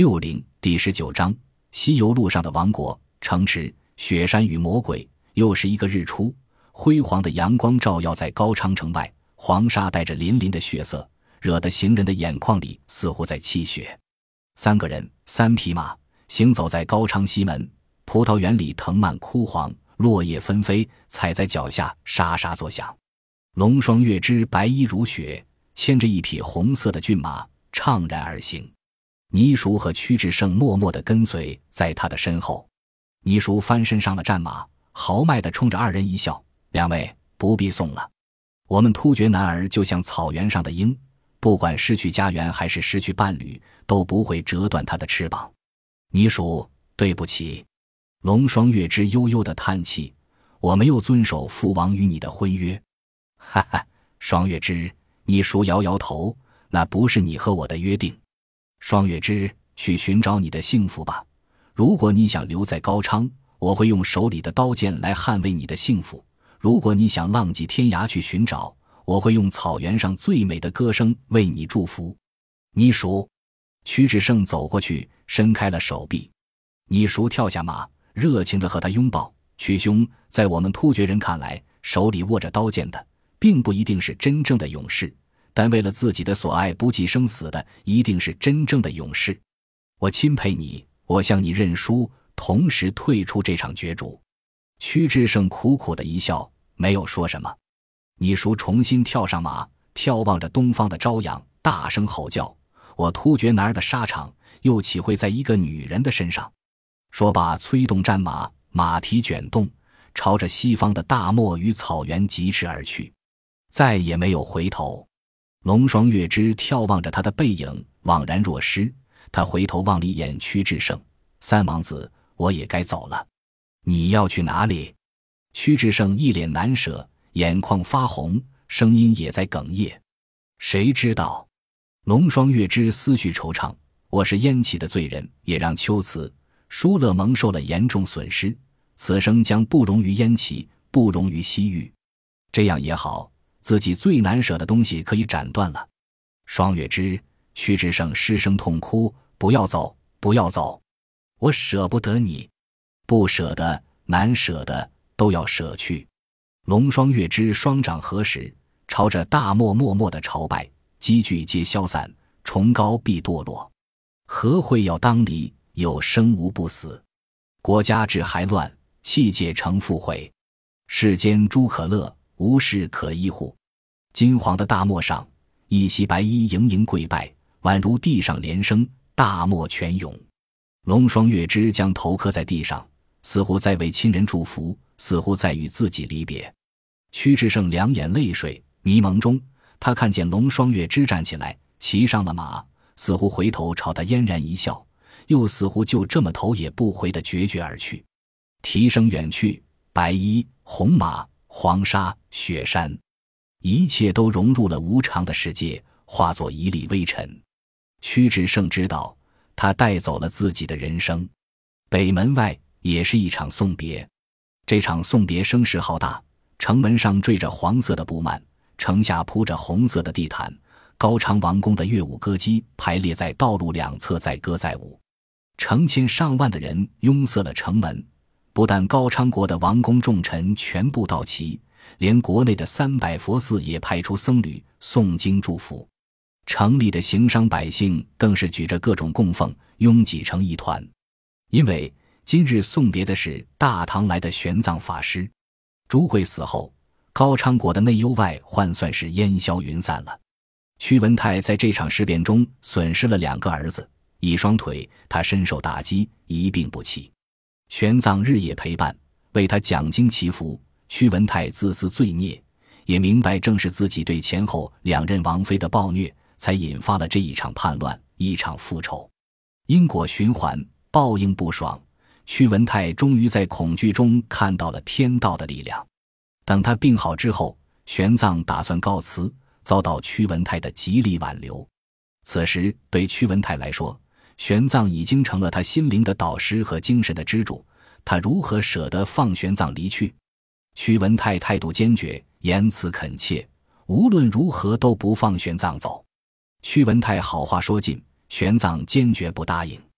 第19章西游路上的王国。城池，雪山与魔鬼。又是一个日出，辉煌的阳光照耀在高昌城外，黄沙带着粼粼的血色，惹得行人的眼眶里似乎在泣血。3个人3匹马行走在高昌西门，葡萄园里藤蔓枯黄，落叶纷飞，踩在脚下沙沙作响。龙双月之白衣如雪，牵着一匹红色的骏马怅然而行。倪叔和屈志胜默默地跟随在他的身后。倪叔翻身上了战马，豪迈地冲着2人一笑：“2位不必送了，我们突厥男儿就像草原上的鹰，不管失去家园还是失去伴侣，都不会折断他的翅膀。”倪叔，对不起。龙双月之悠悠地叹气：“我没有遵守父王与你的婚约。”哈哈，双月之，倪叔摇摇头：“那不是你和我的约定。双月之，去寻找你的幸福吧。如果你想留在高昌，我会用手里的刀剑来捍卫你的幸福；如果你想浪迹天涯去寻找，我会用草原上最美的歌声为你祝福。”倪叔。屈志胜走过去，伸开了手臂。倪叔跳下马，热情地和他拥抱：“屈兄，在我们突厥人看来，手里握着刀剑的并不一定是真正的勇士，但为了自己的所爱不计生死的一定是真正的勇士。我钦佩你，我向你认输，同时退出这场角逐。”屈志胜苦苦的一笑，没有说什么。倪叔重新跳上马，眺望着东方的朝阳，大声吼叫：“我突厥男儿的沙场，又岂会在一个女人的身上？”说罢催动战马，马蹄卷动，朝着西方的大漠与草原疾驰而去，再也没有回头。龙双月之眺望着他的背影，惘然若失。他回头望了一眼屈志胜：“三王子，我也该走了。你要去哪里？”屈志胜一脸难舍，眼眶发红，声音也在哽咽：“谁知道？”龙双月之思绪惆怅：“我是燕齐的罪人，也让秋瓷、疏勒蒙受了严重损失，此生将不容于燕齐，不容于西域。这样也好，自己最难舍的东西可以斩断了。”双月之，屈志胜失声痛哭：“不要走，不要走，我舍不得你，不舍得，难舍的都要舍去。”龙双月之双掌合十，朝着大漠默默的朝拜：“积聚皆消散，崇高必堕落。何会要当离？有生无不死。国家治还乱，气界成复毁。世间诸可乐，无事可依护。”金黄的大漠上，一袭白衣盈盈跪拜，宛如地上连声，大漠全涌。龙双月之将头磕在地上，似乎在为亲人祝福，似乎在与自己离别。屈志胜两眼泪水，迷蒙中他看见龙双月之站起来，骑上了马，似乎回头朝他嫣然一笑，又似乎就这么头也不回地决绝而去。蹄声远去，白衣、红马、黄沙、雪山，一切都融入了无常的世界，化作一粒微尘。屈志胜知道，他带走了自己的人生。北门外也是一场送别。这场送别声势浩大，城门上缀着黄色的布幔，城下铺着红色的地毯，高昌王宫的乐舞歌姬排列在道路两侧，载歌载舞。成千上万的人拥塞了城门，不但高昌国的王公重臣全部到齐，连国内的300佛寺也派出僧侣诵经祝福。城里的行商百姓更是举着各种供奉，拥挤成一团。因为今日送别的是大唐来的玄奘法师。朱贵死后，高昌国的内忧外患算是烟消云散了。屈文泰在这场事变中损失了2个儿子，一双腿，他深受打击，一病不起。玄奘日夜陪伴，为他讲经祈福。屈文泰自私罪孽，也明白正是自己对前后2任王妃的暴虐，才引发了这一场叛乱，一场复仇。因果循环，报应不爽，屈文泰终于在恐惧中看到了天道的力量。等他病好之后，玄奘打算告辞，遭到屈文泰的极力挽留。此时对屈文泰来说，玄奘已经成了他心灵的导师和精神的支柱，他如何舍得放玄奘离去？屈文泰态度坚决，言辞恳切，无论如何都不放玄奘走。屈文泰好话说尽，玄奘坚决不答应。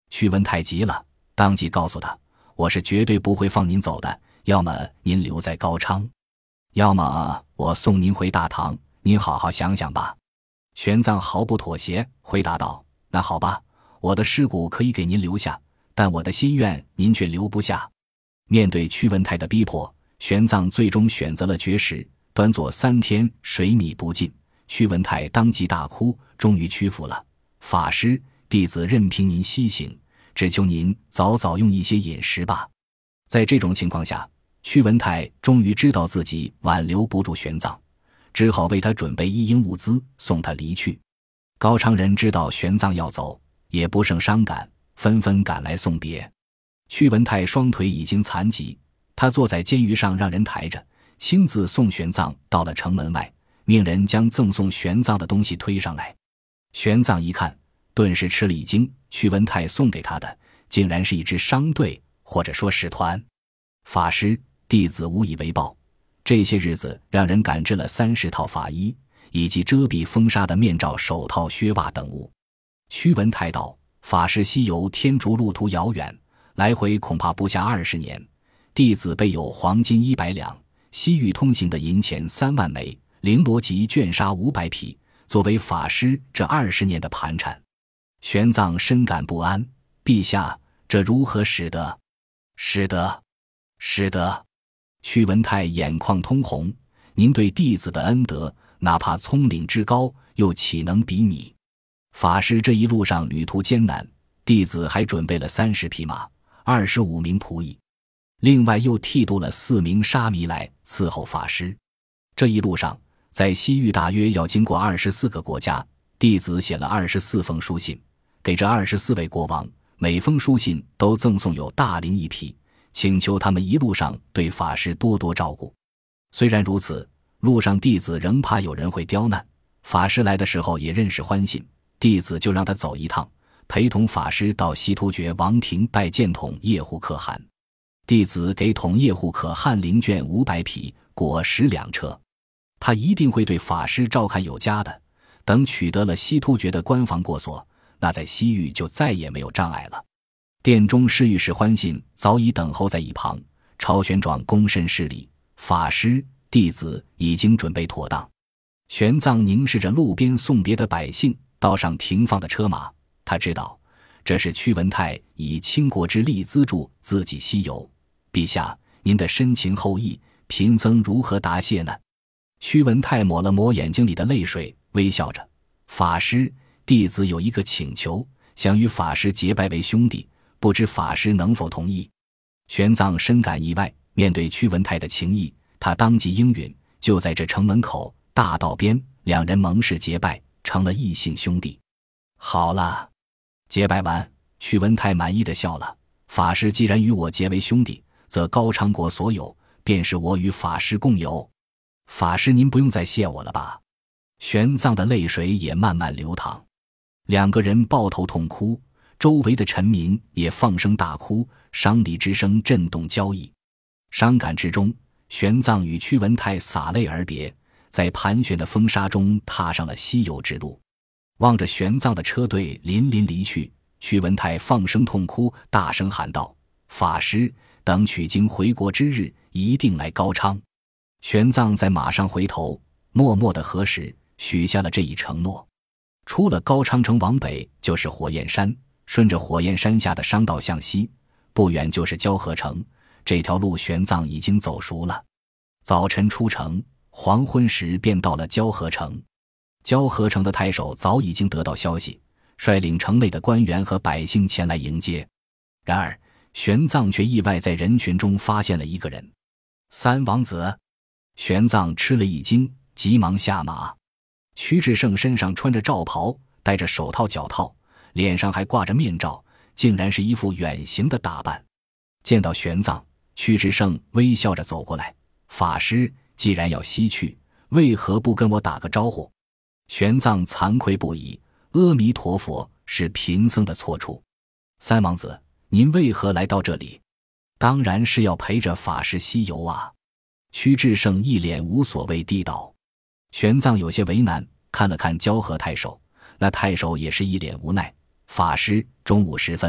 屈文泰急了，当即告诉他，我是绝对不会放您走的，要么您留在高昌，要么我送您回大唐，您好好想想吧。玄奘毫不妥协，回答道，那好吧，我的尸骨可以给您留下，但我的心愿您却留不下。面对屈文泰的逼迫，玄奘最终选择了绝食，端坐3天水米不进。屈文泰当即大哭，终于屈服了。法师，弟子任凭您西行，只求您早早用一些饮食吧。在这种情况下，屈文泰终于知道自己挽留不住玄奘，只好为他准备一应物资，送他离去。高昌人知道玄奘要走，也不胜伤感，纷纷赶来送别。屈文泰双腿已经残疾，他坐在监狱上让人抬着，亲自送玄奘到了城门外，命人将赠送玄奘的东西推上来。玄奘一看，顿时吃了一惊，屈文泰送给他的竟然是一支商队，或者说使团。法师，弟子无以为报，这些日子让人赶制了30套法衣，以及遮蔽风沙的面罩、手套、靴袜等物。屈文泰道，法师西游天竺路途遥远，来回恐怕不下20年，弟子备有黄金100两，西域通行的银钱3万枚，绫罗及绢纱500匹，作为法师这20年的盘缠。玄奘深感不安，陛下，这如何使得？使得。屈文泰眼眶通红，您对弟子的恩德，哪怕葱岭之高，又岂能比拟？法师这一路上旅途艰难，弟子还准备了30匹马，25名仆役，另外又剃度了4名沙弥来伺候法师。这一路上，在西域大约要经过24个国家，弟子写了24封书信，给这24位国王，每封书信都赠送有大羚1匹，请求他们一路上对法师多多照顾。虽然如此，路上弟子仍怕有人会刁难，法师来的时候也认识欢信，弟子就让他走一趟，陪同法师到西突厥王庭拜见统叶护可汗。弟子给统叶护可汗领绢500匹，果10辆车，他一定会对法师照看有加的。等取得了西突厥的官房过所，那在西域就再也没有障碍了。殿中侍御史欢信早已等候在一旁，朝玄奘躬身施礼，法师，弟子已经准备妥当。玄奘凝视着路边送别的百姓，道上停放的车马，他知道这是屈文泰以倾国之力资助自己西游。陛下，您的深情厚谊，贫僧如何答谢呢？屈文泰抹了抹眼睛里的泪水，微笑着，法师，弟子有一个请求，想与法师结拜为兄弟，不知法师能否同意？玄奘深感意外，面对屈文泰的情谊，他当即应允，就在这城门口大道边，两人盟誓结拜，成了异姓兄弟。好了，结拜完，屈文泰满意的笑了，法师既然与我结为兄弟，则高昌国所有便是我与法师共有。法师您不用再谢我了吧？玄奘的泪水也慢慢流淌，两个人抱头痛哭，周围的臣民也放声大哭，伤离之声震动交椅。伤感之中，玄奘与屈文泰洒泪而别，在盘旋的风沙中踏上了西游之路。望着玄奘的车队临临离去，屈文泰放声痛哭，大声喊道：法师，等取经回国之日，一定来高昌。玄奘在马上回头，默默地核实，许下了这一承诺。出了高昌城往北就是火焰山，顺着火焰山下的商道向西，不远就是交河城。这条路玄奘已经走熟了。早晨出城，黄昏时便到了交河城。交河城的太守早已经得到消息，率领城内的官员和百姓前来迎接。然而玄奘却意外在人群中发现了一个人。三王子。玄奘吃了一惊，急忙下马。屈志胜身上穿着罩袍，戴着手套脚套，脸上还挂着面罩，竟然是一副远行的打扮。见到玄奘，屈志胜微笑着走过来，法师，既然要西去，为何不跟我打个招呼？玄奘惭愧不已，阿弥陀佛，是贫僧的错处。三王子，您为何来到这里？当然是要陪着法师西游啊。屈志胜一脸无所谓地道。玄奘有些为难，看了看交河太守，那太守也是一脸无奈。法师，中午时分，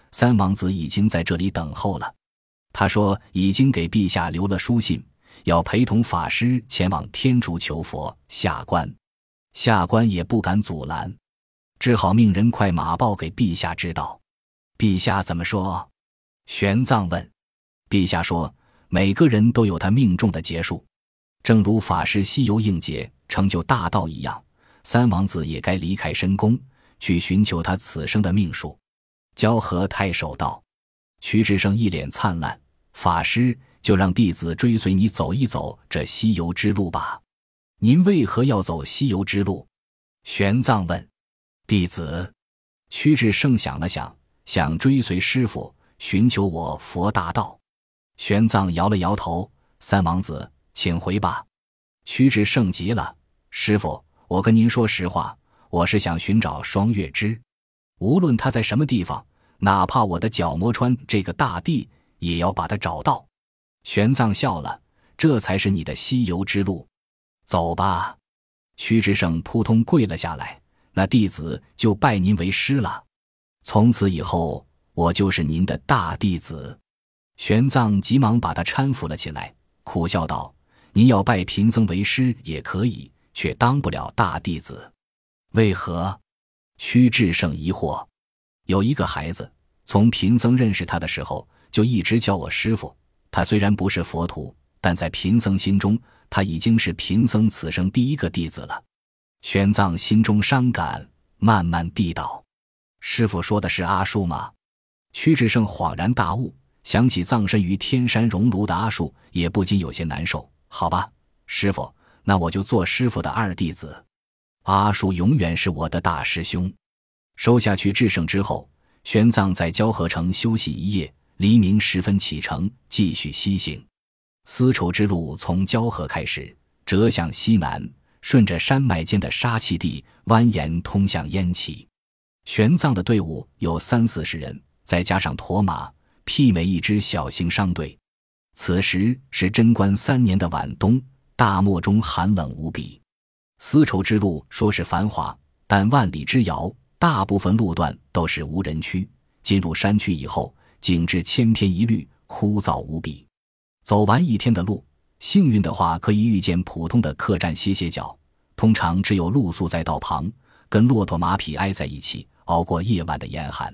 三王子已经在这里等候了。他说已经给陛下留了书信，要陪同法师前往天竺求佛下官。下官也不敢阻拦，只好命人快马报给陛下知道。陛下怎么说？玄奘问。陛下说，每个人都有他命中的劫数，正如法师西游应劫成就大道一样，三王子也该离开深宫，去寻求他此生的命数。交河太守道。屈志胜一脸灿烂，法师，就让弟子追随你走一走这西游之路吧。您为何要走西游之路？玄奘问。弟子。屈志胜想了想，想追随师父，寻求我佛大道。玄奘摇了摇头，三王子，请回吧。屈志胜急了，师父，我跟您说实话，我是想寻找双月枝，无论他在什么地方，哪怕我的角磨川这个大地，也要把他找到。玄奘笑了，这才是你的西游之路。走吧。屈志胜扑通跪了下来，那弟子就拜您为师了，从此以后我就是您的大弟子。玄奘急忙把他搀扶了起来，苦笑道，您要拜贫僧为师也可以，却当不了大弟子。为何？屈志胜疑惑。有一个孩子，从贫僧认识他的时候就一直叫我师父，他虽然不是佛徒，但在贫僧心中，他已经是贫僧此生第一个弟子了。玄奘心中伤感，慢慢地道，师父说的是阿术吗？屈志胜恍然大悟，想起葬身于天山熔炉的阿术，也不禁有些难受。好吧，师父，那我就做师父的二弟子。阿术永远是我的大师兄。收下屈志胜之后，玄奘在交河城休息一夜，黎明时分启程，继续西行。丝绸之路从交河开始，折向西南，顺着山脉间的沙碛地蜿蜒通向燕齐。玄奘的队伍有30-40人，再加上驼马，媲美一支小型商队。此时是贞观3年的晚冬，大漠中寒冷无比。丝绸之路说是繁华，但万里之遥，大部分路段都是无人区，进入山区以后，景致千篇一律，枯燥无比。走完一天的路，幸运的话可以遇见普通的客栈歇歇脚，通常只有露宿在道旁，跟骆驼马匹挨在一起，熬过夜晚的严寒。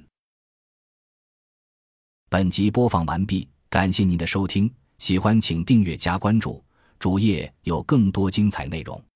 本集播放完毕，感谢您的收听，喜欢请订阅加关注，主页有更多精彩内容。